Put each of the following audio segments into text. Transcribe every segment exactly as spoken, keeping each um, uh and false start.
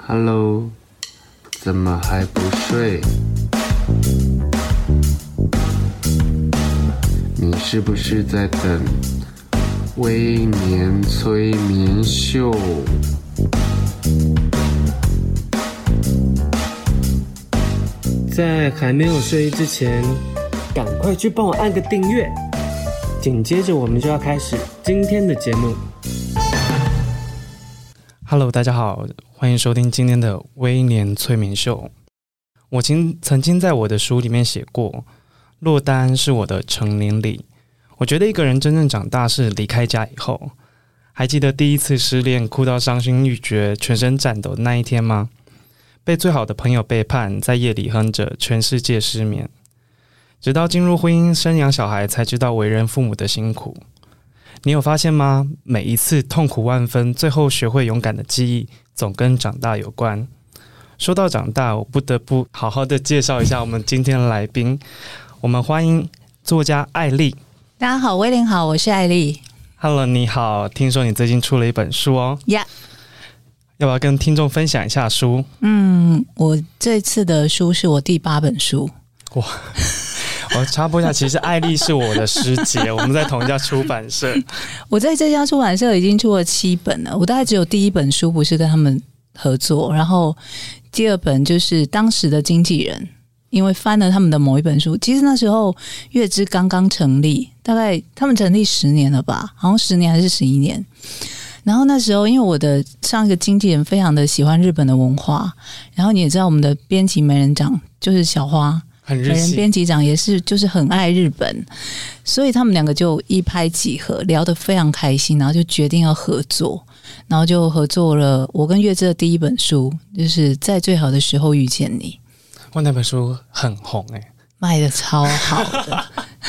Hello， 怎么还不睡？你是不是在等微眠催眠秀？ 在还没有睡之前，赶快去帮我按个订阅。紧接着我们就要开始今天的节目。 Hello， 大家好，欢迎收听今天的微年催眠秀。我曾经在我的书里面写过，落单是我的成年礼。我觉得一个人真正长大是离开家以后。还记得第一次失恋哭到伤心欲绝全身颤抖的那一天吗？被最好的朋友背叛，在夜里哼着全世界失眠，直到进入婚姻生养小孩才知道为人父母的辛苦。你有发现吗？每一次痛苦万分，最后学会勇敢的记忆总跟长大有关。说到长大，我不得不好好的介绍一下我们今天的来宾。我们欢迎作家艾莉。 大家好，威廉好，我是艾莉。 Hello， 你好，听说你最近出了一本书哦。 Yeah， 要不要跟听众分享一下书？ 嗯，我这次的书是我第八本书。 哇，我插播一下，其实艾莉是我的师姐，我们在同一家出版社。 我在这家出版社已经出了七本了，我大概只有第一本书不是跟他们合作，然后第二本就是当时的经纪人，因为翻了他们的某一本书，其实那时候月之刚刚成立，大概他们成立十年了吧，好像十年还是十一年。然后那时候因为我的上一个经纪人非常的喜欢日本的文化，然后你也知道我们的编辑美人长就是小花， 很日系， 美人编辑长也是就是很爱日本，所以他们两个就一拍即合，聊得非常开心，然后就决定要合作，然后就合作了我跟月之的第一本书，就是在最好的时候遇见你。 哇，那本书很红哎、欸， 卖得超好的。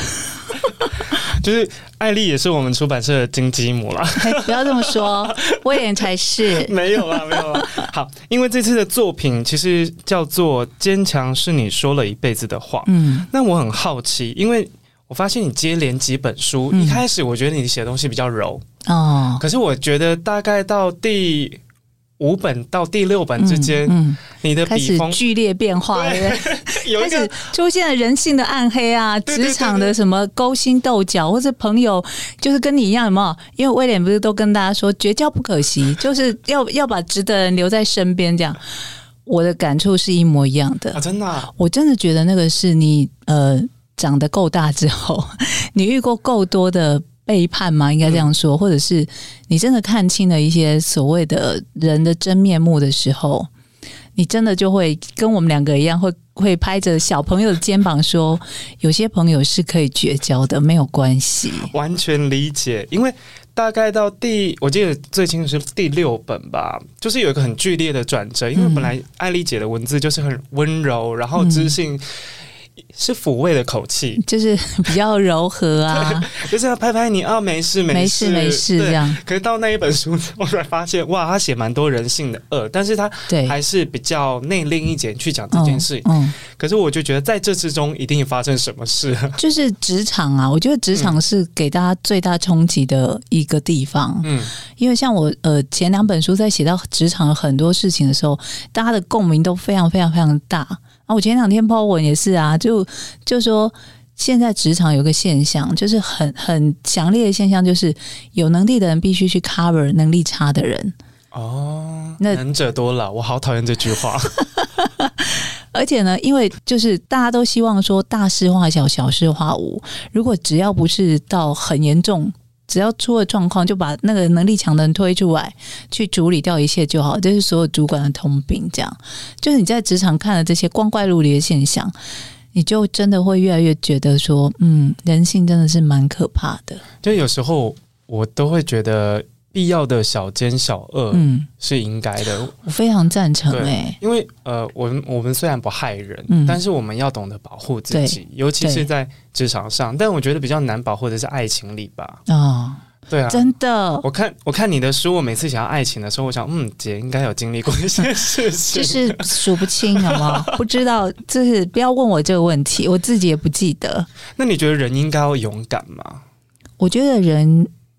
就是艾莉也是我们出版社的金鸡母啦。 不要这么说，威廉才是。 没有啦，没有啦。好，因为这次的作品其实叫做《坚强是你说了一辈子的话》。嗯，那我很好奇，因为我发现你接连几本书，嗯、一开始我觉得你写的东西比较柔哦，可是我觉得大概到第五本到第六本之间、嗯嗯，你的笔锋开始剧烈变化，对不对？开始出现了人性的暗黑啊，职场的什么勾心斗角，或者朋友就是跟你一样，有没有？因为威廉不是都跟大家说绝交不可惜，就是要要把值得人留在身边，这样。我的感触是一模一样的啊， 真的、啊， 我真的觉得那个是你呃长得够大之后，你遇过够多的背叛吗？应该这样说、嗯、或者是你真的看清了一些所谓的人的真面目的时候，你真的就会跟我们两个一样，会会拍着小朋友的肩膀说，有些朋友是可以绝交的，没有关系。 完全理解，因为大概到第我记得最清楚是第六本吧，就是有一个很剧烈的转折，因为本来艾莉姐的文字就是很温柔，然后知性。嗯，是抚慰的口气， 就是比较柔和啊， 就是要拍拍你啊，没事没事没事这样。 可是到那一本书，我突然发现，哇，他写蛮多人性的恶，但是他还是比较内敛一点去讲这件事。嗯，嗯可是我就觉得在这之中一定发生什么事， 就是职场啊，我觉得职场是给大家最大冲击的一个地方。嗯，因为像我呃前两本书在写到职场的很多事情的时候，大家的共鸣都非常非常非常大。啊、我前两天 po 文也是啊，就就说现在职场有个现象，就是很很强烈的现象，就是有能力的人必须去 cover 能力差的人。 哦，那能者多劳，我好讨厌这句话。 而且呢，因为就是大家都希望说大事化小，小事化无。如果只要不是到很严重，只要出了状况，就把那个能力强的人推出来，去处理掉一切就好。这是所有主管的通病。这样，就是你在职场看了这些光怪陆离的现象，你就真的会越来越觉得说，嗯，人性真的是蛮可怕的。 就有时候我都会觉得，必要的小奸小恶是应该的、嗯、 我非常赞成哎、欸， 因为呃，我们我们虽然不害人、嗯，但是我们要懂得保护自己，尤其是在职场上。但我觉得比较难保护的是爱情里吧。哦，对啊， 真的。 我看我看你的书，我每次想要爱情的时候，我想，嗯，姐应该有经历过一些事情， 就是数不清，好不好？不知道，就是不要问我这个问题，我自己也不记得。那你觉得人应该要勇敢吗？我觉得人那你觉得人应该要勇敢吗？ 我觉得人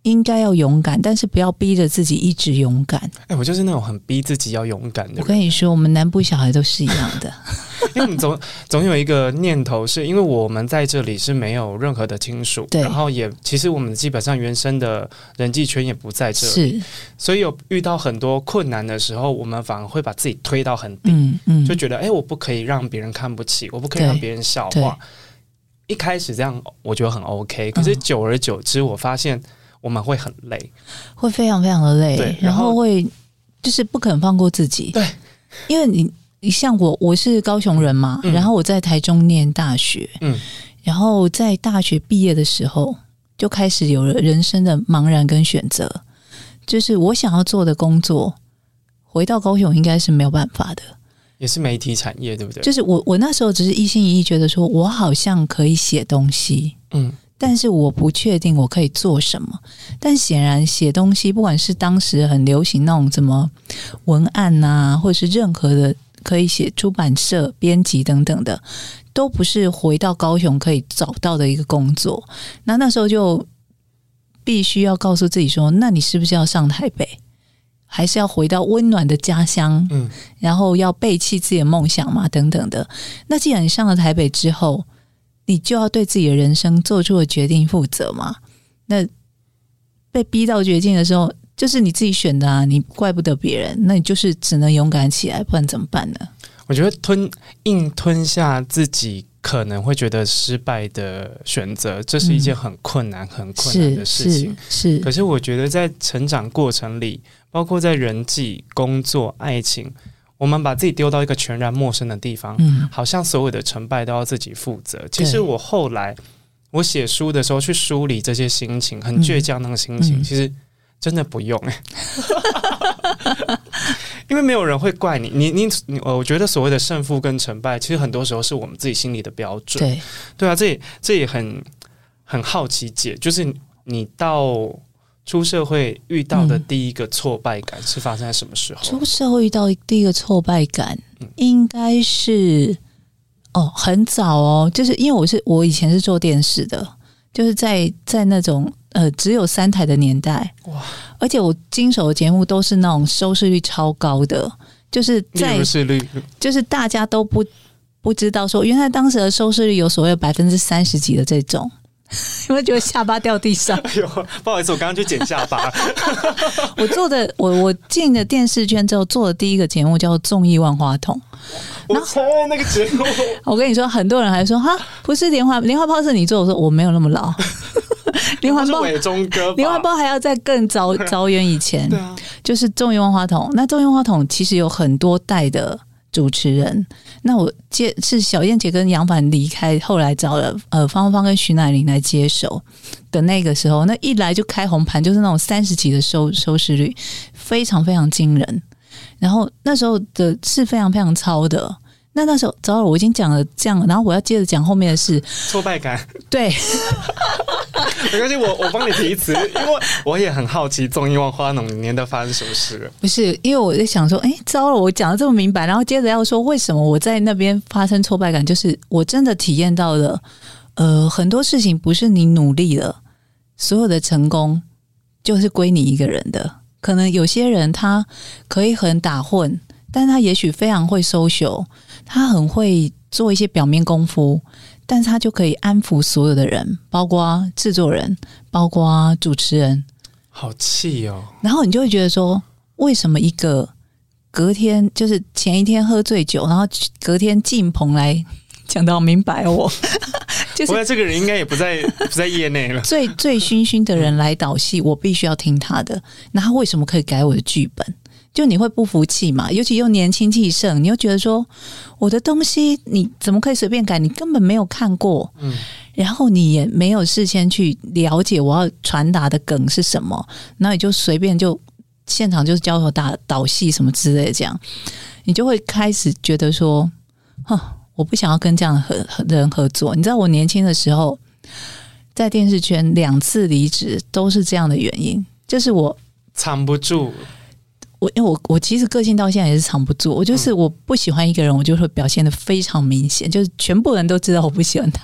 应该要勇敢，但是不要逼着自己一直勇敢。 哎、欸，我就是那种很逼自己要勇敢的人。 我跟你说，我们南部小孩都是一样的。 因为我们总总有一个念头是，因为我们在这里是没有任何的亲属，然后也其实我们基本上原生的人际圈也不在这里，是，所以有遇到很多困难的时候，我们反而会把自己推到很低，嗯嗯，就觉得哎、欸，我不可以让别人看不起，我不可以让别人笑话。一开始这样我觉得很 OK， 可是久而久之，我发现我们会很累， 会非常非常的累，然后, 然后会就是不肯放过自己， 对， 因为你。像我，我是高雄人嘛，嗯、然后我在台中念大学，嗯，然后在大学毕业的时候，就开始有了人生的茫然跟选择，就是我想要做的工作，回到高雄应该是没有办法的， 也是媒体产业，对不对？ 就是我我那时候只是一心一意觉得说，我好像可以写东西，嗯，但是我不确定我可以做什么。但显然写东西，不管是当时很流行那种什么文案啊，或者是任何的。可以写出版社、编辑等等的，都不是回到高雄可以找到的一个工作。那那时候就必须要告诉自己说，那你是不是要上台北，还是要回到温暖的家乡？嗯，然后要背弃自己的梦想嘛，等等的。那既然你上了台北之后，你就要对自己的人生做出的决定负责嘛。那被逼到绝境的时候，就是你自己选的啊，你怪不得别人，那你就是只能勇敢起来，不然怎么办呢？ 我觉得吞硬吞下自己可能会觉得失败的选择，这是一件很困难、嗯、很困难的事情。 是，是可是我觉得在成长过程里，包括在人际、工作、爱情，我们把自己丢到一个全然陌生的地方，嗯，好像所有的成败都要自己负责。其实我后来我写书的时候去梳理这些心情，很倔强那个心情，嗯、其实。真的不用哎、欸，因为没有人会怪你。你你你，我觉得所谓的胜负跟成败，其实很多时候是我们自己心里的标准。 对对啊，这也这也很很好奇姐，就是你到出社会遇到的第一个挫败感是发生在什么时候？ 出社会遇到第一个挫败感，嗯、应该是哦很早哦，就是因为我是我以前是做电视的，就是在在那种。呃，只有三台的年代，哇！而且我经手的节目都是那种收视率超高的，就是在收视率， 就是大家都不不知道说，原来当时的收视率有所谓百分之三十几的这种，有没有觉得下巴掉地上？ 哎呦，不好意思，我刚刚去剪下巴。 我做的，我我进了电视圈之后做的第一个节目叫做《综艺万花筒》。 我超爱那个节目。 我跟你说，很多人还说哈，不是莲花莲花炮是你做，我说我没有那么老。连环报是伟忠哥， 连环报还要在更早早远以前，对啊，就是综艺万花筒。那综艺万花筒其实有很多代的主持人。那我接是小燕姐跟杨凡离开，后来找了呃方芳跟徐乃麟来接手的那个时候，那一来就开红盘，就是那种三十几的收收视率，非常非常惊人。然后那时候的是非常非常超的。那那时候，早我已经讲了这样，然后我要接着讲后面的事， 挫败感。 对， 没关系，我我帮你提词，因为我也很好奇综艺万花筒年的发生什么事了。 不是，因为我在想说，哎，糟了，我讲的这么明白，然后接着要说为什么我在那边发生挫败感，就是我真的体验到了，呃，很多事情不是你努力了，所有的成功就是归你一个人的。可能有些人他可以很打混，但他也许非常会 social， 他很会做一些表面功夫，但是他就可以安抚所有的人，包括制作人，包括主持人。 好气哦！ 然后你就会觉得说，为什么一个隔天就是前一天喝醉酒，然后隔天进棚来讲到明白我。就是我这个人应该也不在不在业内了。 醉醉醺醺的人来导戏，我必须要听他的。那他为什么可以改我的剧本？就你会不服气嘛？尤其又年轻气盛，你又觉得说我的东西你怎么可以随便改？你根本没有看过，嗯，然后你也没有事先去了解我要传达的梗是什么，然后你就随便就现场就是交头打导戏什么之类的，这样你就会开始觉得说，哼。我不想要跟这样的人合作。你知道我年轻的时候在电视圈两次离职都是这样的原因，就是我藏不住。 我因为我我其实个性到现在也是藏不住，我就是我不喜欢一个人，我就会表现得非常明显，就是全部人都知道我不喜欢他。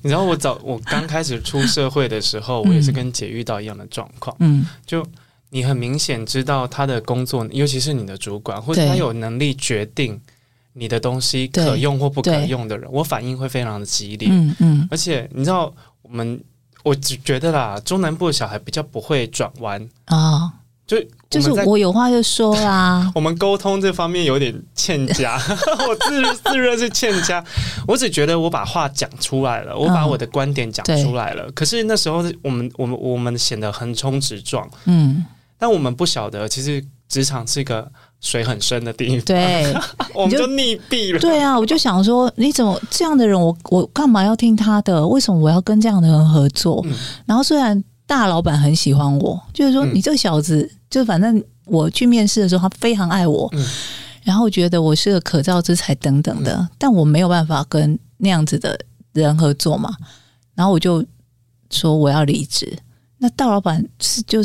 你知道我早我刚开始出社会的时候，我也是跟姐遇到一样的状况。嗯，就你很明显知道他的工作，尤其是你的主管，或者他有能力决定你的东西可用或不可用的人，我反应会非常的激烈。嗯嗯，而且你知道，我们我只觉得啦，中南部的小孩比较不会转弯啊。哦，就就是我有话就说啦。 我们沟通这方面有点欠佳，我自自认是欠佳。我只觉得我把话讲出来了，我把我的观点讲出来了。嗯、可是那时候我们我们我们显得横冲直撞，嗯，但我们不晓得，其实职场是一个水很深的地方， 对， 我们就溺毙了。 对啊，我就想说，你怎么这样的人，我我干嘛要听他的？为什么我要跟这样的人合作？嗯、然后虽然大老板很喜欢我，就是说、嗯、你这个小子，就反正我去面试的时候，他非常爱我，嗯、然后觉得我是个可造之才等等的，嗯、但我没有办法跟那样子的人合作嘛。然后我就说我要离职。那大老板是就是。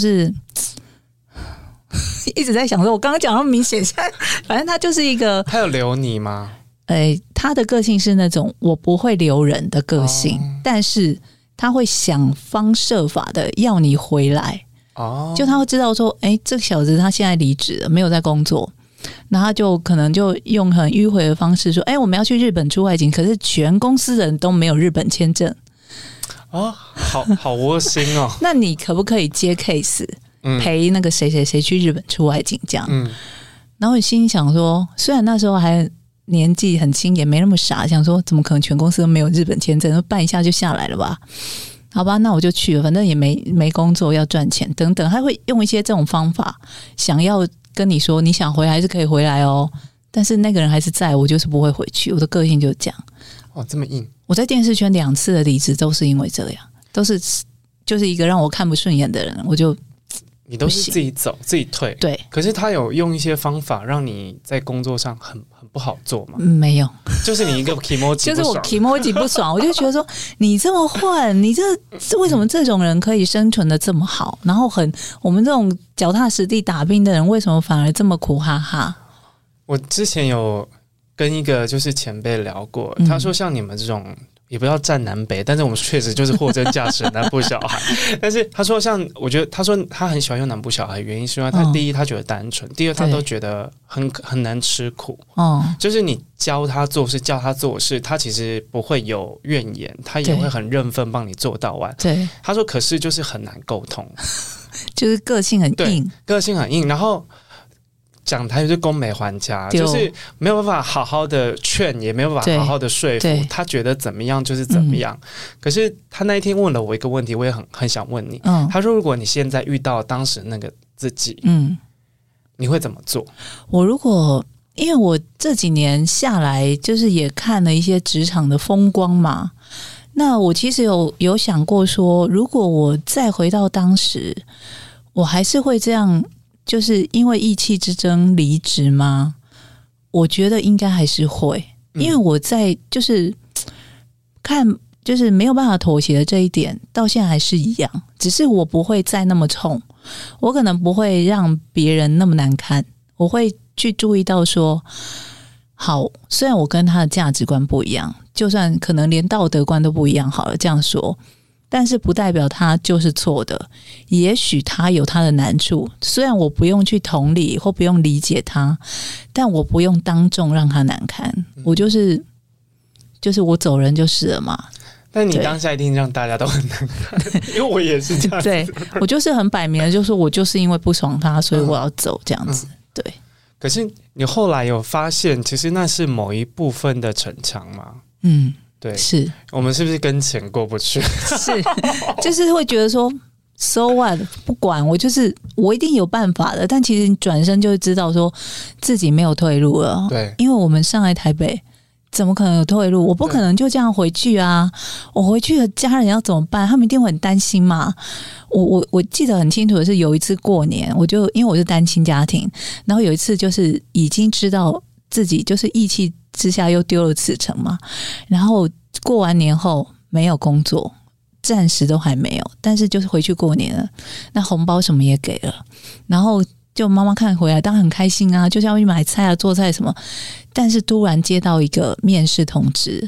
一直在想说，我刚刚讲那么明显，反正他就是一个。 他有留你吗？ 哎，他的个性是那种我不会留人的个性，哦、但是他会想方设法的要你回来。哦，就他会知道说，哎，这个小子他现在离职了，没有在工作，然后他就可能就用很迂回的方式说，哎，我们要去日本出外景，可是全公司人都没有日本签证。 哦，好好窝心哦。 那你可不可以接 case？陪那个谁谁谁去日本出外景这样，嗯、然后我心里想说，虽然那时候还年纪很轻，也没那么傻，想说怎么可能全公司都没有日本签证，办一下就下来了吧？好吧，那我就去了，反正也没没工作，要赚钱等等，他会用一些这种方法，想要跟你说，你想回来还是可以回来哦，但是那个人还是在，我就是不会回去，我的个性就这样。 哦，这么硬！我在电视圈两次的离职都是因为这样，都是就是一个让我看不顺眼的人，我就。 你都是自己走自己退， 对。 可是他有用一些方法让你在工作上很很不好做吗？ 嗯、没有， 就是你一个 kimoji 就是我 kimoji 不爽，我就觉得说你这么混，你这为什么这种人可以生存的这么好？然后很我们这种脚踏实地打拼的人，为什么反而这么苦哈哈？ 我之前有跟一个就是前辈聊过，他说像你们这种。也不要站南北，但是我们确实就是货真价实的南部小孩。但是他说像，我觉得他说他很喜欢用南部小孩，原因是因为他第一他觉得单纯，第二他都觉得很很难吃苦。哦，就是你教他做事，教他做事，他其实不会有怨言，他也会很认分帮你做到完。 对， 他说可是就是很难沟通， 就是个性很硬， 个性很硬，然后。讲台语就宫美还家，就是没有办法好好的劝，也没有办法好好的说服他，觉得怎么样就是怎么样。嗯、可是他那一天问了我一个问题，我也很很想问你。嗯、他说：“如果你现在遇到当时那个自己，嗯，你会怎么做？” 我如果因为我这几年下来，就是也看了一些职场的风光嘛，那我其实有有想过说，如果我再回到当时，我还是会这样。就是因为意气之争离职吗？我觉得应该还是会，因为我在就是看，就是没有办法妥协的这一点，到现在还是一样。只是我不会再那么冲，我可能不会让别人那么难堪，我会去注意到说，好，虽然我跟他的价值观不一样，就算可能连道德观都不一样，好了，这样说。但是不代表他就是错的，也许他有他的难处，虽然我不用去同理或不用理解他，但我不用当众让他难堪，嗯、我就是就是我走人就是了嘛。 但你当下一定让大家都很难看，因为我也是这样子。 对，我就是很摆明了，就是我就是因为不爽他，所以我要走这样子。嗯、对。 可是你后来有发现，其实那是某一部分的逞强吗？ 嗯。 对， 是我们是不是跟钱过不去？ 是，就是会觉得说 ，so what， 不管我就是我一定有办法的。但其实你转身就会知道说自己没有退路了。 对， 因为我们上来台北，怎么可能有退路？我不可能就这样回去啊！我回去的家人要怎么办？他们一定会很担心嘛。我我我记得很清楚的是，有一次过年，我就因为我是单亲家庭，然后有一次就是已经知道自己就是义气之下又丢了辞呈嘛，然后过完年后没有工作，暂时都还没有，但是就是回去过年了，那红包什么也给了，然后就妈妈看回来当然很开心啊，就是要去买菜啊做菜什么，但是突然接到一个面试通知，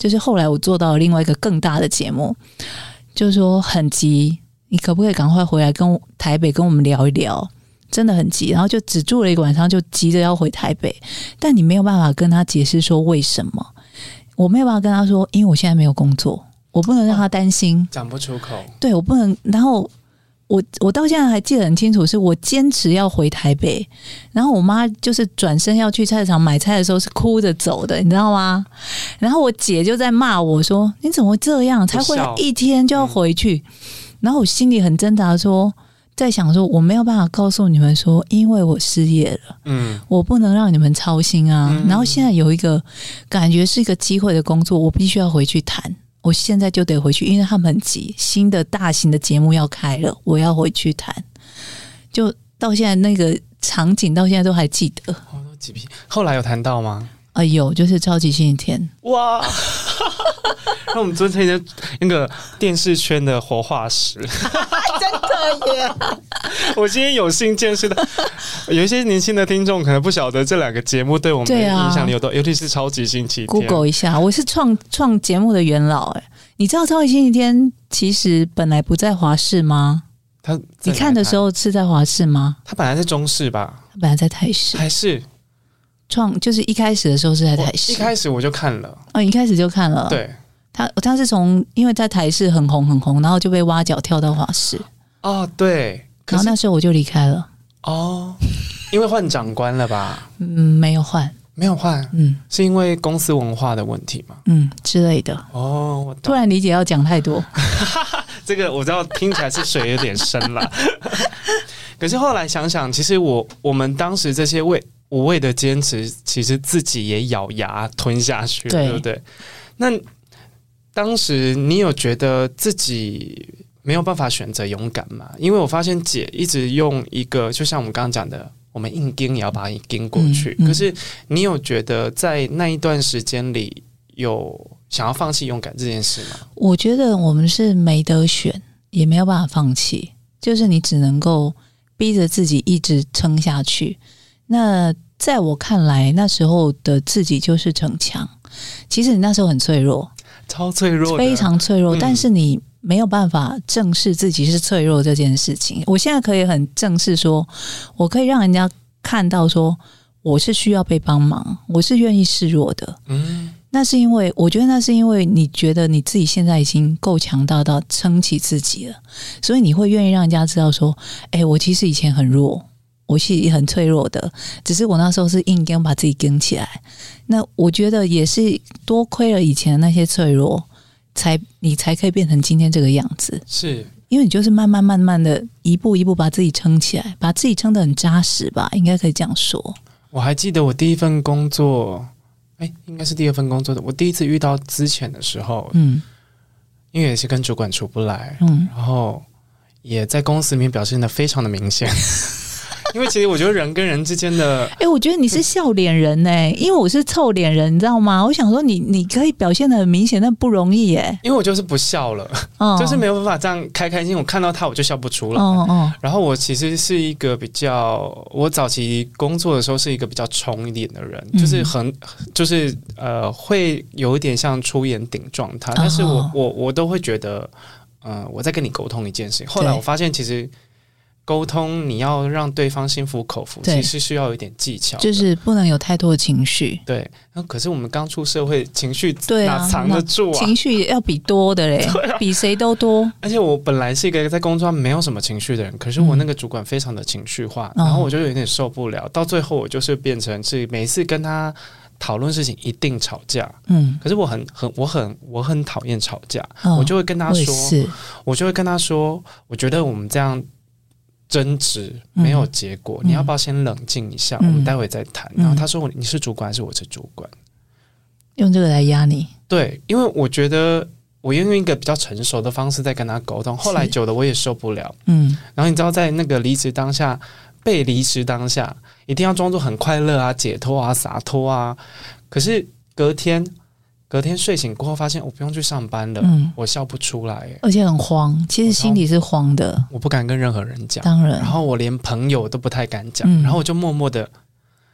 就是后来我做到了另外一个更大的节目，就是说很急，你可不可以赶快回来跟台北跟我们聊一聊？真的很急，然后就只住了一个晚上，就急着要回台北，但你没有办法跟他解释说为什么，我没有办法跟他说，因为我现在没有工作，我不能让他担心， 讲、哦、不出口， 对我不能，然后我我到现在还记得很清楚，是我坚持要回台北，然后我妈就是转身要去菜市场买菜的时候是哭着走的，你知道吗？然后我姐就在骂我说：“你怎么会这样？才回来一天就要回去？”嗯、然后我心里很挣扎说。在想说我没有办法告诉你们说因为我失业了，嗯，我不能让你们操心啊、嗯、然后现在有一个感觉是一个机会的工作，我必须要回去谈，我现在就得回去，因为他们很急，新的大型的节目要开了，我要回去谈，就到现在那个场景到现在都还记得。 哦，都几批，后来有谈到吗？ 啊、呃，有，就是超级星期天。 哇！那我们尊称一下那个电视圈的活化石。 真的耶！ 我今天有幸见识到，有一些年轻的听众可能不晓得这两个节目对我们的影响力有多，啊、尤其是超级星期天。 Google 一下，我是创创节目的元老哎。你知道超级星期天其实本来不在华视吗？ 他你看的时候是在华视吗？ 他本来在中视吧？ 他本来在台视。 台视。 创就是一开始的时候是在台视， 一开始我就看了， 哦，一开始就看了， 对， 他他是从因为在台视很红很红，然后就被挖角跳到华视， 哦，对， 然后那时候我就离开了， 哦，因为换长官了吧？ 嗯，没有换， 没有换，嗯，是因为公司文化的问题吗？ 嗯之类的。 哦，我突然理解要讲太多， 这个我知道听起来是水有点深了，可是后来想想，其实我我们当时这些为无谓的坚持，其实自己也咬牙吞下去了， 对, 对不对？那当时你有觉得自己没有办法选择勇敢吗？因为我发现姐一直用一个，就像我们刚刚讲的，我们硬盯也要把它盯过去。嗯嗯、可是你有觉得在那一段时间里有想要放弃勇敢这件事吗？ 我觉得我们是没得选，也没有办法放弃，就是你只能够逼着自己一直撑下去。那在我看来，那时候的自己就是逞强。其实你那时候很脆弱， 超脆弱的， 非常脆弱、嗯。但是你没有办法正视自己是脆弱这件事情。我现在可以很正视说，我可以让人家看到说，我是需要被帮忙，我是愿意示弱的。嗯，那是因为我觉得那是因为你觉得你自己现在已经够强大到撑起自己了，所以你会愿意让人家知道说，哎、欸，我其实以前很弱。我是很脆弱的，只是我那时候是硬跟把自己跟起来。那我觉得也是多亏了以前的那些脆弱，才你才可以变成今天这个样子。 是因为你就是慢慢慢慢的一步一步把自己撑起来，把自己撑得很扎实吧，应该可以这样说。 我还记得我第一份工作，哎，应该是第二份工作的。我第一次遇到资遣的时候，嗯，因为也是跟主管处不来，嗯，然后也在公司里面表现得非常的明显。因为其实我觉得人跟人之间的， 哎、欸，我觉得你是笑脸人哎、欸，因为我是臭脸人，你知道吗？我想说你你可以表现得很明显，但不容易哎、欸。 因为我就是不笑了，哦、就是没有办法这样开开心。我看到他我就笑不出来。哦哦。然后我其实是一个比较，我早期工作的时候是一个比较冲一点的人，嗯、就是很就是呃会有一点像出言顶撞他，但是我、哦、我我都会觉得，呃我在跟你沟通一件事情。后来我发现其实。沟通你要让对方心服口服，其实需要有一点技巧， 就是不能有太多的情绪。 对，可是我们刚出社会，情绪哪藏得住啊？ 情绪要比多的嘞，啊、比谁都多。 而且我本来是一个在工作上没有什么情绪的人，可是我那个主管非常的情绪化，嗯、然后我就有点受不了。到最后，我就是变成是每次跟他讨论事情一定吵架。嗯，可是我很很我很我很讨厌吵架，哦、我就会跟他说，我, 我就会跟他说，我觉得我们这样。争执没有结果、嗯、你要不要先冷静一下、嗯、我们待会再谈、嗯、然后他说你是主管还是我是主管， 用这个来压你。 对，因为我觉得我用一个比较成熟的方式在跟他沟通，后来久了我也受不了。嗯，然后你知道在那个离职当下，被离职当下一定要装作很快乐啊解脱啊洒脱啊，可是隔天隔天睡醒过后发现我不用去上班了、嗯、我笑不出来耶， 而且很慌，其实心里是慌的， 我不敢跟任何人讲， 当然， 然后我连朋友都不太敢讲、嗯、然后我就默默的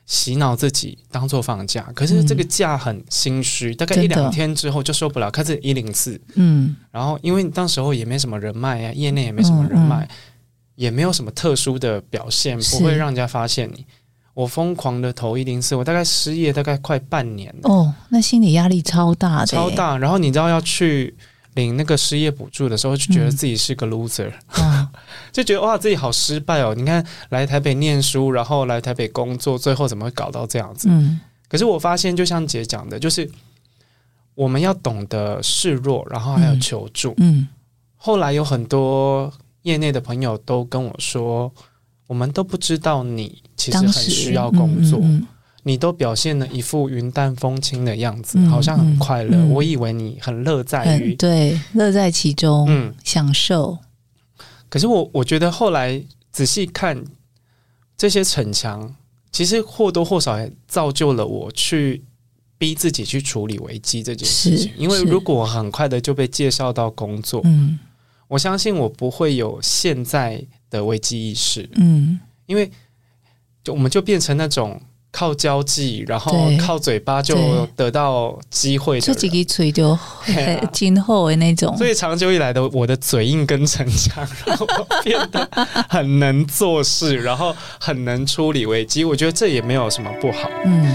洗脑自己当做放假，可是这个假很心虚、嗯、大概一两天之后就受不了，开始一零四，嗯，然后因为当时候也没什么人脉啊，业内也没什么人脉、嗯嗯，也没有什么特殊的表现，不会让人家发现你。我疯狂的投一零四，我大概失业大概快半年了。 哦，那心理压力超大的， 超大。然后你知道要去领那个失业补助的时候，就觉得自己是个 loser，、嗯、就觉得哇自己好失败哦。你看来台北念书，然后来台北工作，最后怎么会搞到这样子？嗯。可是我发现，就像姐讲的，就是我们要懂得示弱，然后还有求助。嗯。嗯后来有很多业内的朋友都跟我说，我们都不知道你其实很需要工作。嗯嗯嗯你都表现了一副云淡风轻的样子、嗯、好像很快乐、嗯、我以为你很乐在于对乐在其中、嗯、享受。 可是我我觉得后来仔细看这些逞强其实或多或少也造就了我去逼自己去处理危机这件事情，因为如果我很快的就被介绍到工作、嗯、我相信我不会有现在的危机意识、嗯、因为就我们就变成那种靠交际然后靠嘴巴就得到机会的人， 出几个嘴就今后的那种， 所以长久以来的我的嘴硬跟逞强让我变得很能做事然后很能处理危机，我觉得这也没有什么不好。嗯，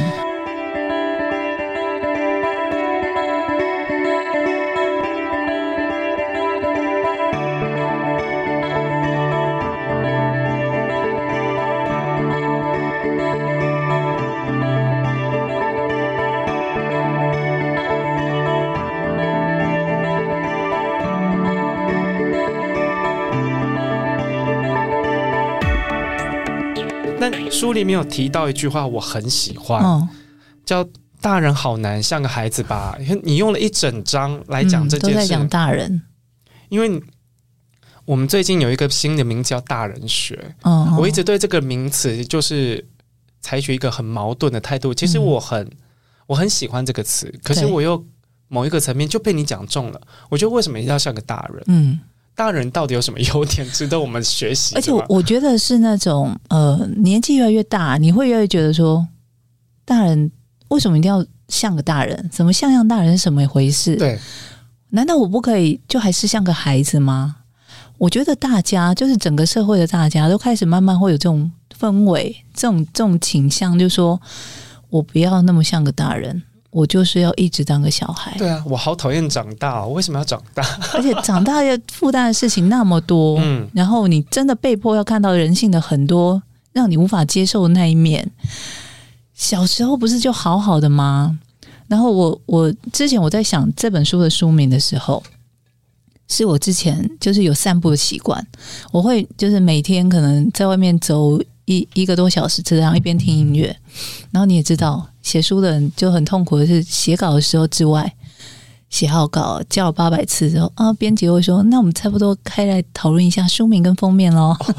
但书里面有提到一句话我很喜欢、哦、叫大人好难像个孩子吧，你用了一整章来讲这件事、嗯、都在讲大人， 因为我们最近有一个新的名字叫大人学、哦、我一直对这个名词就是采取一个很矛盾的态度，其实我很、嗯、我很喜欢这个词，可是我又某一个层面就被你讲中了，我觉得为什么一定要像个大人？嗯，大人到底有什么优点值得我们学习？ 而且我觉得是那种呃，年纪越来越大，你会越来越觉得说，大人为什么一定要像个大人？怎么像样大人是什么回事？ 对， 难道我不可以就还是像个孩子吗？我觉得大家就是整个社会的大家都开始慢慢会有这种氛围，这种这种倾向，就是说我不要那么像个大人。我就是要一直当个小孩。对啊，我好讨厌长大、哦、为什么要长大？ 而且长大要负担的事情那么多、嗯、然后你真的被迫要看到人性的很多让你无法接受的那一面。小时候不是就好好的吗？然后我我之前我在想这本书的书名的时候，是我之前就是有散步的习惯，我会就是每天可能在外面走一一个多小时，这样一边听音乐。然后你也知道写书的人就很痛苦的是写稿的时候之外，写好稿叫了八百次之后啊，编辑会说那我们差不多开来讨论一下书名跟封面咯、哦、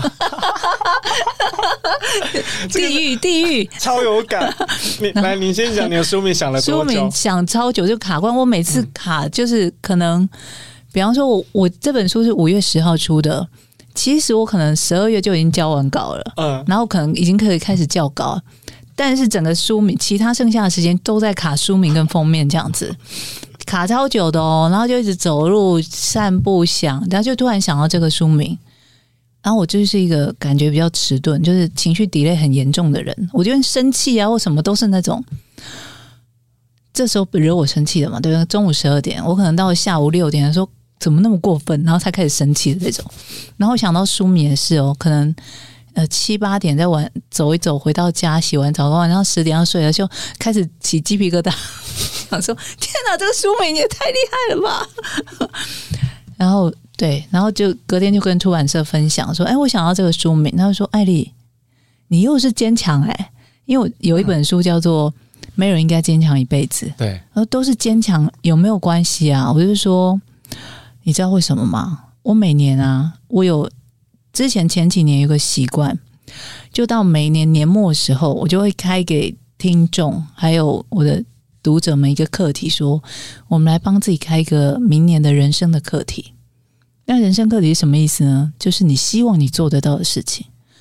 地狱地狱超有感。你来你先讲你的书名想了多久？ 书名想超久就卡关，我每次卡就是可能、嗯、比方说我我这本书是五月十号出的，其实我可能十二月就已经交完稿了、嗯、然后可能已经可以开始校稿，但是整个书名其他剩下的时间都在卡书名跟封面这样子，卡超久的哦。然后就一直走路散步想，然后就突然想到这个书名，然后我就是一个感觉比较迟钝，就是情绪 delay 很严重的人，我觉得生气啊或什么都是那种这时候惹我生气的嘛，对不对？中午十二点我可能到下午六点说怎么那么过分，然后才开始生气的这种。然后想到书名也是哦，可能呃七八点在玩走一走，回到家洗完澡，晚上十点要睡了，就开始起鸡皮疙瘩，想说天哪，这个书名也太厉害了吧！然后对，然后就隔天就跟出版社分享说，哎，我想要这个书名。他就说，艾莉，你又是坚强哎，因为我有一本书叫做《没有人应该坚强一辈子》， 对， 然后都是坚强，有没有关系啊？我就说，你知道为什么吗？我每年啊，我有之前前几年有个习惯，就到每年年末的时候，我就会开给听众还有我的读者们一个课题，说我们来帮自己开一个明年的人生的课题。那人生课题是什么意思呢？就是你希望你做得到的事情。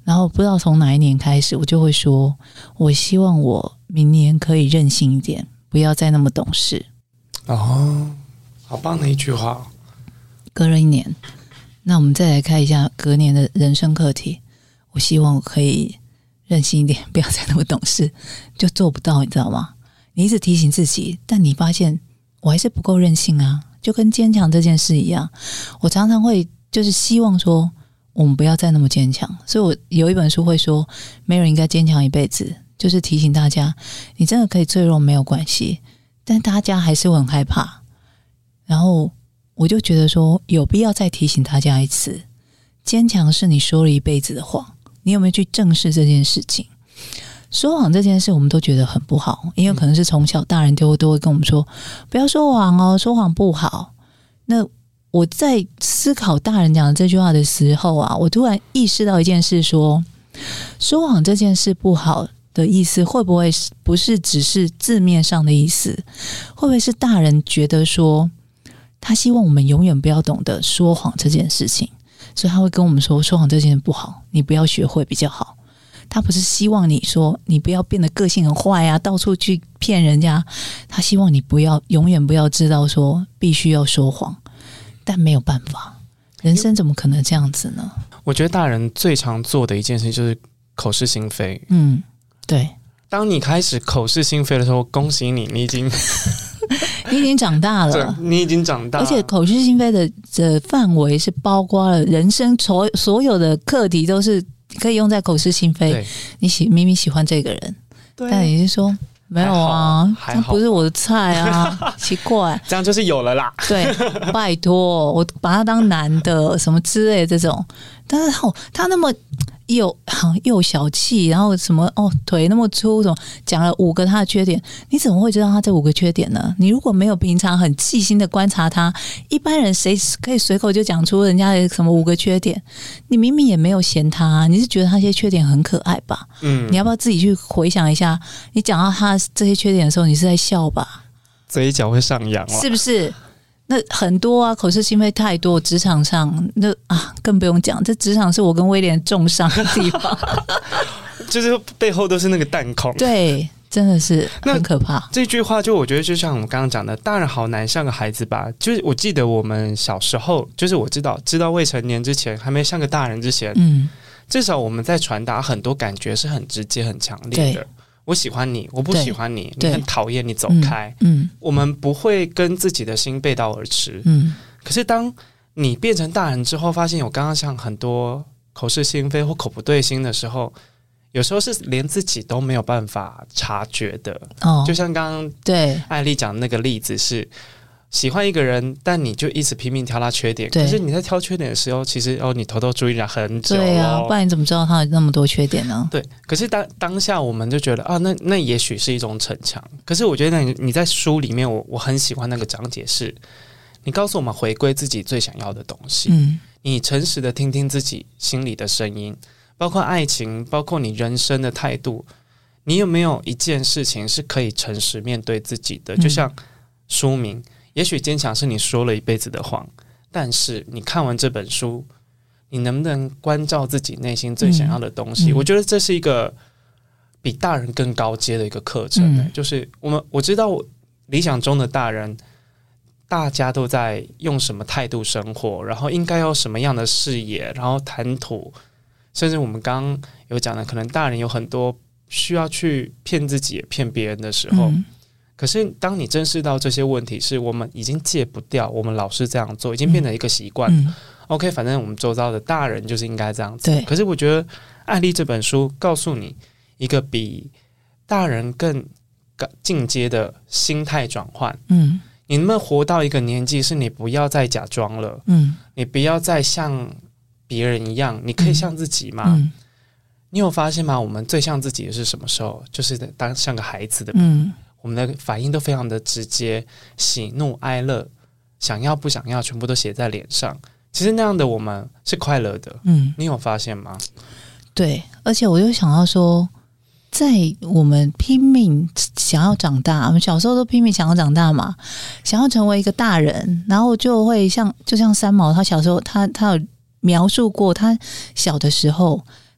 然后不知道从哪一年开始，我就会说，我希望我明年可以任性一点，不要再那么懂事。 哦，好棒的一句话。 隔了一年，那我们再来看一下隔年的人生课题。我希望我可以任性一点，不要再那么懂事，就做不到，你知道吗？你一直提醒自己，但你发现我还是不够任性啊，就跟坚强这件事一样。我常常会就是希望说，我们不要再那么坚强。所以我有一本书会说，没有人应该坚强一辈子，就是提醒大家，你真的可以脆弱没有关系，但大家还是会很害怕。然后我就觉得说，有必要再提醒大家一次，坚强是你说了一辈子的谎，你有没有去正视这件事情？说谎这件事我们都觉得很不好，因为可能是从小大人就都会跟我们说，不要说谎哦，说谎不好。那我在思考大人讲的这句话的时候啊，我突然意识到一件事，说说谎这件事不好的意思，会不会不是只是字面上的意思？会不会是大人觉得说，他希望我们永远不要懂得说谎这件事情，所以他会跟我们说，说谎这件事不好，你不要学会比较好。他不是希望你说你不要变得个性很坏啊，到处去骗人家，他希望你不要永远不要知道说必须要说谎。但没有办法，人生怎么可能这样子呢？ 我觉得大人最常做的一件事就是口是心非。 嗯，对。 当你开始口是心非的时候，恭喜你，你已经你已经长大了， 你已经长大了， 而且口是心非的的范围是包括了人生所所有的课题，都是可以用在口是心非。你喜明明喜欢这个人，但你是说没有啊，这不是我的菜啊，奇怪， 这样就是有了啦。 对，拜托，我把他当男的什么之类的这种，但是哦，他那么又又小气，然后什么哦腿那么粗，什么讲了五个他的缺点，你怎么会知道他这五个缺点呢？你如果没有平常很细心的观察他，一般人谁可以随口就讲出人家的什么五个缺点？你明明也没有嫌他，你是觉得他这些缺点很可爱吧？嗯，你要不要自己去回想一下，你讲到他这些缺点的时候，你是在笑吧？ 嘴角会上扬了， 是不是？那很多啊，口是心非太多，职场上那啊更不用讲，这职场是我跟威廉重伤的地方， 就是背后都是那个弹孔， 对，真的是很可怕。 这句话就我觉得就像我们刚刚讲的，大人好难像个孩子吧。就是我记得我们小时候，就是我知道知道未成年之前，还没像个大人之前，嗯，至少我们在传达很多感觉是很直接、很强烈的。我喜欢你，我不喜欢你，你很讨厌，你走开。嗯，嗯我们不会跟自己的心背道而驰。嗯，可是当你变成大人之后，发现有刚刚像很多口是心非或口不对心的时候，有时候是连自己都没有办法察觉的。哦，就像刚刚对艾丽讲的那个例子是。喜欢一个人，但你就一直拼命挑他缺点。可是你在挑缺点的时候，其实哦，你偷偷注意了很久。 对啊，不然你怎么知道他有那么多缺点呢？ 对，可是当当下我们就觉得啊，那那也许是一种逞强。可是我觉得你你在书里面，我我很喜欢那个讲解是，你告诉我们回归自己最想要的东西。嗯，你诚实的听听自己心里的声音，包括爱情，包括你人生的态度。你有没有一件事情是可以诚实面对自己的？就像书名。也许坚强是你说了一辈子的谎，但是你看完这本书，你能不能关照自己内心最想要的东西？嗯嗯、我觉得这是一个比大人更高阶的一个课程、欸嗯。就是我们我知道理想中的大人，大家都在用什么态度生活，然后应该有什么样的视野，然后谈吐，甚至我们刚刚有讲的，可能大人有很多需要去骗自己、也骗别人的时候。嗯可是当你正视到这些问题是我们已经戒不掉，我们老是这样做已经变成一个习惯、嗯、OK 反正我们周遭的大人就是应该这样子。可是我觉得艾丽这本书告诉你一个比大人更进阶的心态转换。嗯，你能不能活到一个年纪是你不要再假装了，嗯，你不要再像别人一样，你可以像自己吗、嗯嗯、你有发现吗？我们最像自己的是什么时候？就是当像个孩子的嗯我们的反应都非常的直接，喜怒哀乐，想要不想要，全部都写在脸上。其实那样的我们是快乐的，嗯，你有发现吗？ 对，而且我就想到说，在我们拼命想要长大，我们小时候都拼命想要长大嘛，想要成为一个大人，然后就会像就像三毛，他小时候他他有描述过，他小的时候。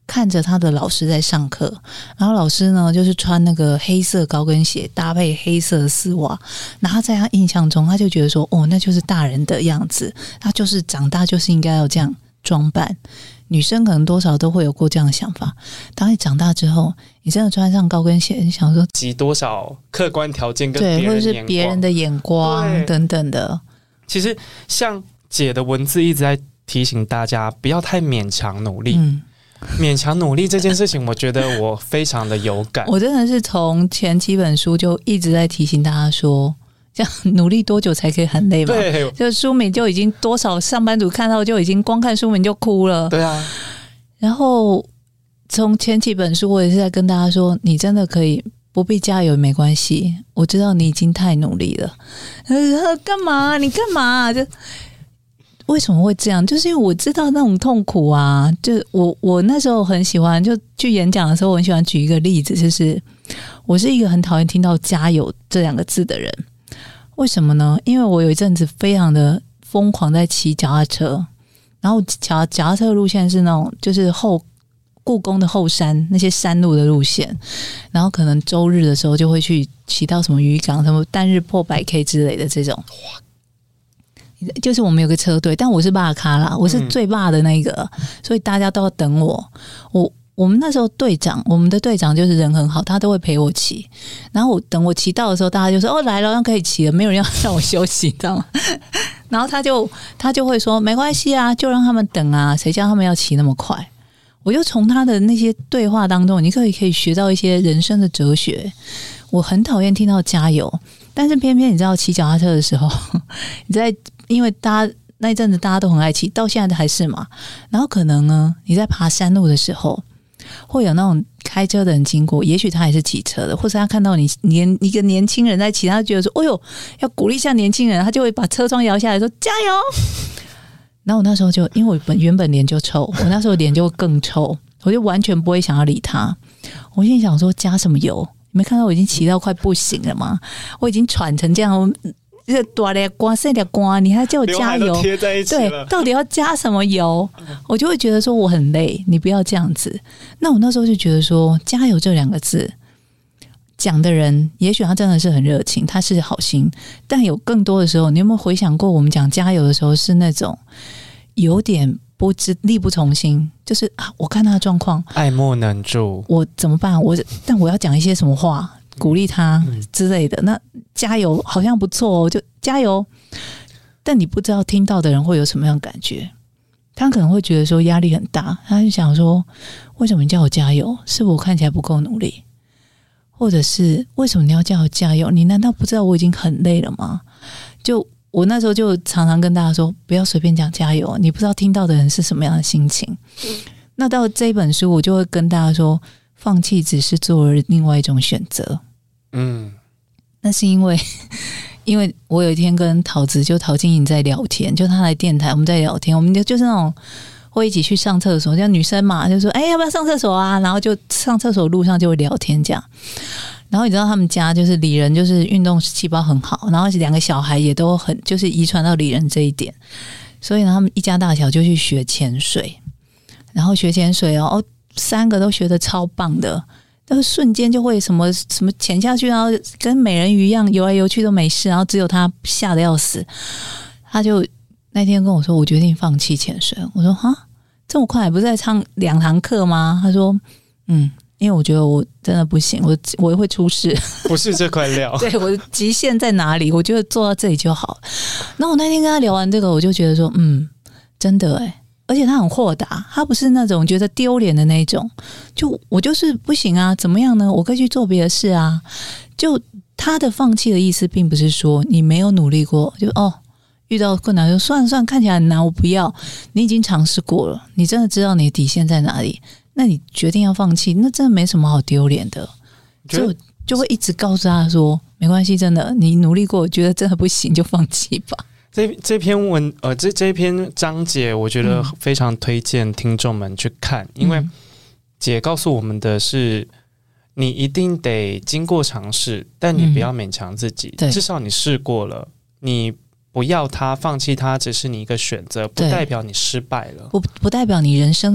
看着他的老师在上课，然后老师呢就是穿那个黑色高跟鞋搭配黑色的丝袜，然后在他印象中他就觉得说哦，那就是大人的样子，他就是长大就是应该要这样装扮。女生可能多少都会有过这样的想法，当你长大之后你真的穿上高跟鞋，你想说集多少客观条件跟别人对，或者是别人的眼光等等的。 其实像姐的文字一直在提醒大家不要太勉强努力、嗯、勉强努力这件事情我觉得我非常的有感。 我真的是从前几本书就一直在提醒大家说，这样努力多久才可以很累嘛？对，就书名就已经多少上班族看到就已经光看书名就哭了。 对啊，然后从前几本书我也是在跟大家说，你真的可以不必加油没关系，我知道你已经太努力了。干嘛？你干嘛？就为什么会这样？就是因为我知道那种痛苦啊。就我我那时候很喜欢，就去演讲的时候，我很喜欢举一个例子，就是我是一个很讨厌听到加油这两个字的人。为什么呢？因为我有一阵子非常的疯狂在骑脚踏车，然后脚脚踏车的路线是那种就是后故宫的后山那些山路的路线，然后可能周日的时候就会去骑到什么渔港，什么单日破百 K 之类的这种。就是我们有个车队，但我是霸咖啦，我是最霸的那个、嗯、所以大家都要等我。我我们那时候队长，我们的队长就是人很好，他都会陪我骑。然后我等我骑到的时候，大家就说：“哦，来了，可以骑了。”没有人要让我休息，知道吗？然后他就他就会说：“没关系啊，就让他们等啊，谁叫他们要骑那么快？”我就从他的那些对话当中，你可以可以学到一些人生的哲学。我很讨厌听到加油，但是偏偏你知道骑脚踏车的时候，你在因为大家那一阵子大家都很爱骑，到现在还是嘛。然后可能呢，你在爬山路的时候。会有那种开车的人经过，也许他也是骑车的，或者他看到你年一个年轻人在骑，他就觉得说：“哎呦，要鼓励一下年轻人。”他就会把车窗摇下来说：“加油！”然后我那时候就因为我本原本脸就臭，我那时候脸就更臭，我就完全不会想要理他。我心里想说：“加什么油？你没看到我已经骑到快不行了吗？我已经喘成这样。”这大粒瓜小粒瓜，你还叫我加油？对，到底要加什么油？我就会觉得说我很累，你不要这样子。那我那时候就觉得说，加油这两个字讲的人，也许他真的是很热情，他是好心，但有更多的时候，你有没有回想过，我们讲加油的时候是那种有点不知力不从心，就是啊，我看他的状况， 爱莫能助， 我怎么办？我但我要讲一些什么话？鼓励他之类的，那加油好像不错哦，就加油。但你不知道听到的人会有什么样的感觉，他可能会觉得说压力很大，他就想说为什么你叫我加油？是我看起来不够努力，或者是为什么你要叫我加油？你难道不知道我已经很累了吗？就我那时候就常常跟大家说，不要随便讲加油，你不知道听到的人是什么样的心情。那到这一本书，我就会跟大家说，放弃只是做了另外一种选择。嗯，那是因为因为我有一天跟桃子就陶晶莹在聊天，就她来电台我们在聊天，我们就就是那种会一起去上厕所，像女生嘛就说哎、欸、要不要上厕所啊，然后就上厕所路上就会聊天这样。然后你知道他们家就是李仁就是运动细胞很好，然后两个小孩也都很就是遗传到李仁这一点，所以呢他们一家大小就去学潜水，然后学潜水哦，三个都学得超棒的，但是瞬间就会什么什么潜下去，然后跟美人鱼一样游来游去都没事，然后只有他吓得要死。他就那天跟我说，我决定放弃潜水。我说哈，这么快？不是在上两堂课吗？他说嗯，因为我觉得我真的不行，我我会出事， 不是这块料。 对，我的极限在哪里？我觉得做到这里就好。然后我那天跟他聊完这个，我就觉得说，嗯，真的哎。而且他很豁达，他不是那种觉得丢脸的那种，就我就是不行啊，怎么样呢？我可以去做别的事啊。就他的放弃的意思并不是说你没有努力过，就哦遇到困难就算了算了，看起来很难我不要。你已经尝试过了，你真的知道你的底线在哪里，那你决定要放弃，那真的没什么好丢脸的。就就会一直告诉他说没关系，真的你努力过，我觉得真的不行就放弃吧。 这这篇文呃，这这篇章节，我觉得非常推荐听众们去看，嗯、因为姐告诉我们的是，你一定得经过尝试，但你不要勉强自己，嗯、至少你试过了，你不要它，放弃它，只是你一个选择，不代表你失败了， 不不代表你人生的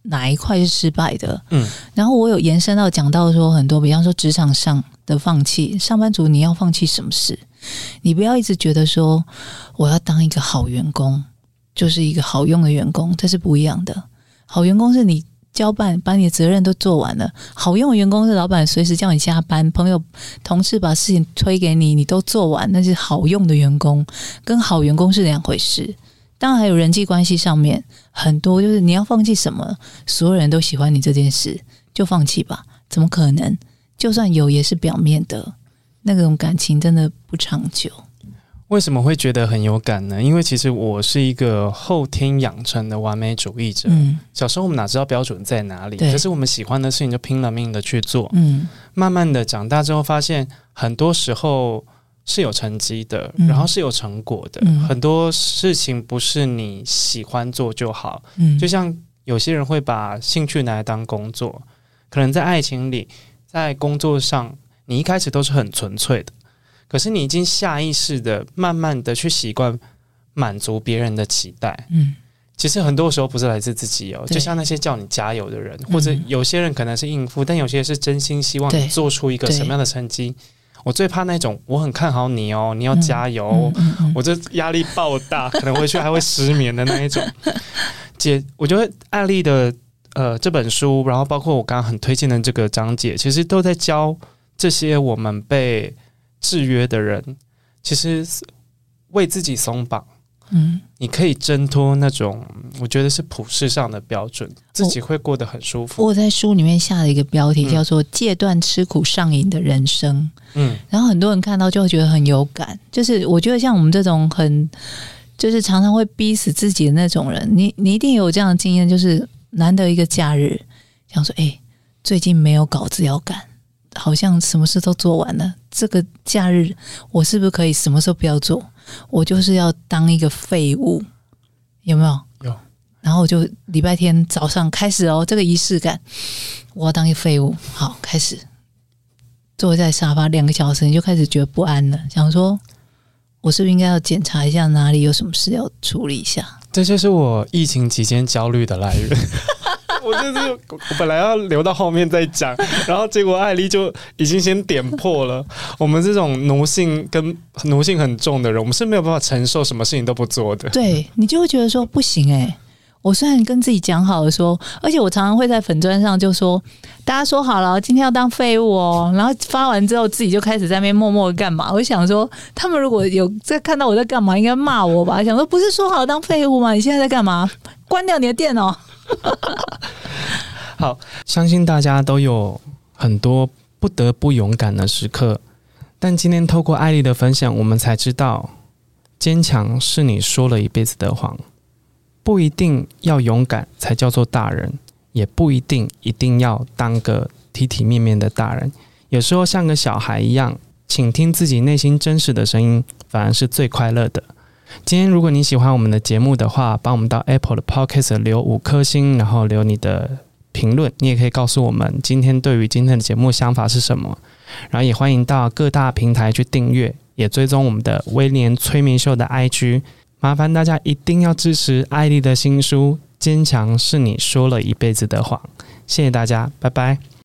哪一块是失败的。 嗯， 然后我有延伸到讲到说很多，比方说职场上的放弃，上班族你要放弃什么事？你不要一直觉得说我要当一个好员工，就是一个好用的员工，这是不一样的。好员工是你交办把你的责任都做完了，好用的员工是老板随时叫你加班，朋友同事把事情推给你，你都做完，那是好用的员工，跟好员工是两回事。当然还有人际关系上面很多，就是你要放弃什么，所有人都喜欢你这件事，就放弃吧。怎么可能？就算有也是表面的，那种感情真的不长久。 为什么会觉得很有感呢？因为其实我是一个后天养成的完美主义者。嗯，小时候我们哪知道标准在哪里？可是我们喜欢的事情就拼了命的去做。嗯，慢慢的长大之后，发现很多时候是有成绩的，嗯、然后是有成果的。嗯、很多事情不是你喜欢做就好。嗯，就像有些人会把兴趣拿来当工作，可能在爱情里，在工作上，你一开始都是很纯粹的。可是你已经下意识的慢慢的去习惯满足别人的期待。嗯，其实很多时候不是来自自己哦，就像那些叫你加油的人，或者有些人可能是应付，但有些人是真心希望你做出一个什么样的成绩。我最怕那种我很看好你哦，你要加油，嗯嗯嗯、我这压力爆大，可能回去还会失眠的那一种。姐，我觉得艾丽的呃这本书，然后包括我刚刚很推荐的这个章节，其实都在教这些我们被制约的人，其实为自己松绑，嗯，你可以挣脱那种我觉得是普世上的标准，自己会过得很舒服。 我在书里面下了一个标题，叫做戒断吃苦上瘾的人生。嗯，然后很多人看到就会觉得很有感，就是我觉得像我们这种很就是常常会逼死自己的那种人，你你一定有这样的经验，就是难得一个假日想说，哎、欸，最近没有稿子要赶，好像什么事都做完了，这个假日我是不是可以什么时候不要做？我就是要当一个废物，有没有？ 有。 然后我就礼拜天早上开始哦，这个仪式感，我要当一个废物。好，开始坐在沙发两个小时，你就开始觉得不安了，想说我是不是应该要检查一下哪里有什么事要处理一下？ 这就是我疫情期间焦虑的来源。我就是我本来要留到后面再讲，然后结果艾丽就已经先点破了。我们这种奴性跟奴性很重的人，我们是没有办法承受什么事情都不做的。 对，你就会觉得说不行哎、欸，我虽然跟自己讲好了说，而且我常常会在粉专上就说，大家说好了今天要当废物哦，然后发完之后自己就开始在那边默默干嘛？我就想说，他们如果有在看到我在干嘛，应该骂我吧？想说不是说好当废物吗？你现在在干嘛？关掉你的电脑。 好，相信大家都有很多不得不勇敢的时刻，但今天透过艾丽的分享，我们才知道，坚强是你说了一辈子的谎，不一定要勇敢才叫做大人，也不一定一定要当个体体面面的大人，有时候像个小孩一样，倾听自己内心真实的声音，反而是最快乐的。今天如果你喜欢我们的节目的话，帮我们到 Apple 的 Podcast 留五颗星，然后留你的评论，你也可以告诉我们今天对于今天的节目想法是什么，然后也欢迎到各大平台去订阅，也追踪我们的威廉催眠秀的 I G， 麻烦大家一定要支持艾丽的新书《坚强是你说了一辈子的谎》，谢谢大家，拜拜。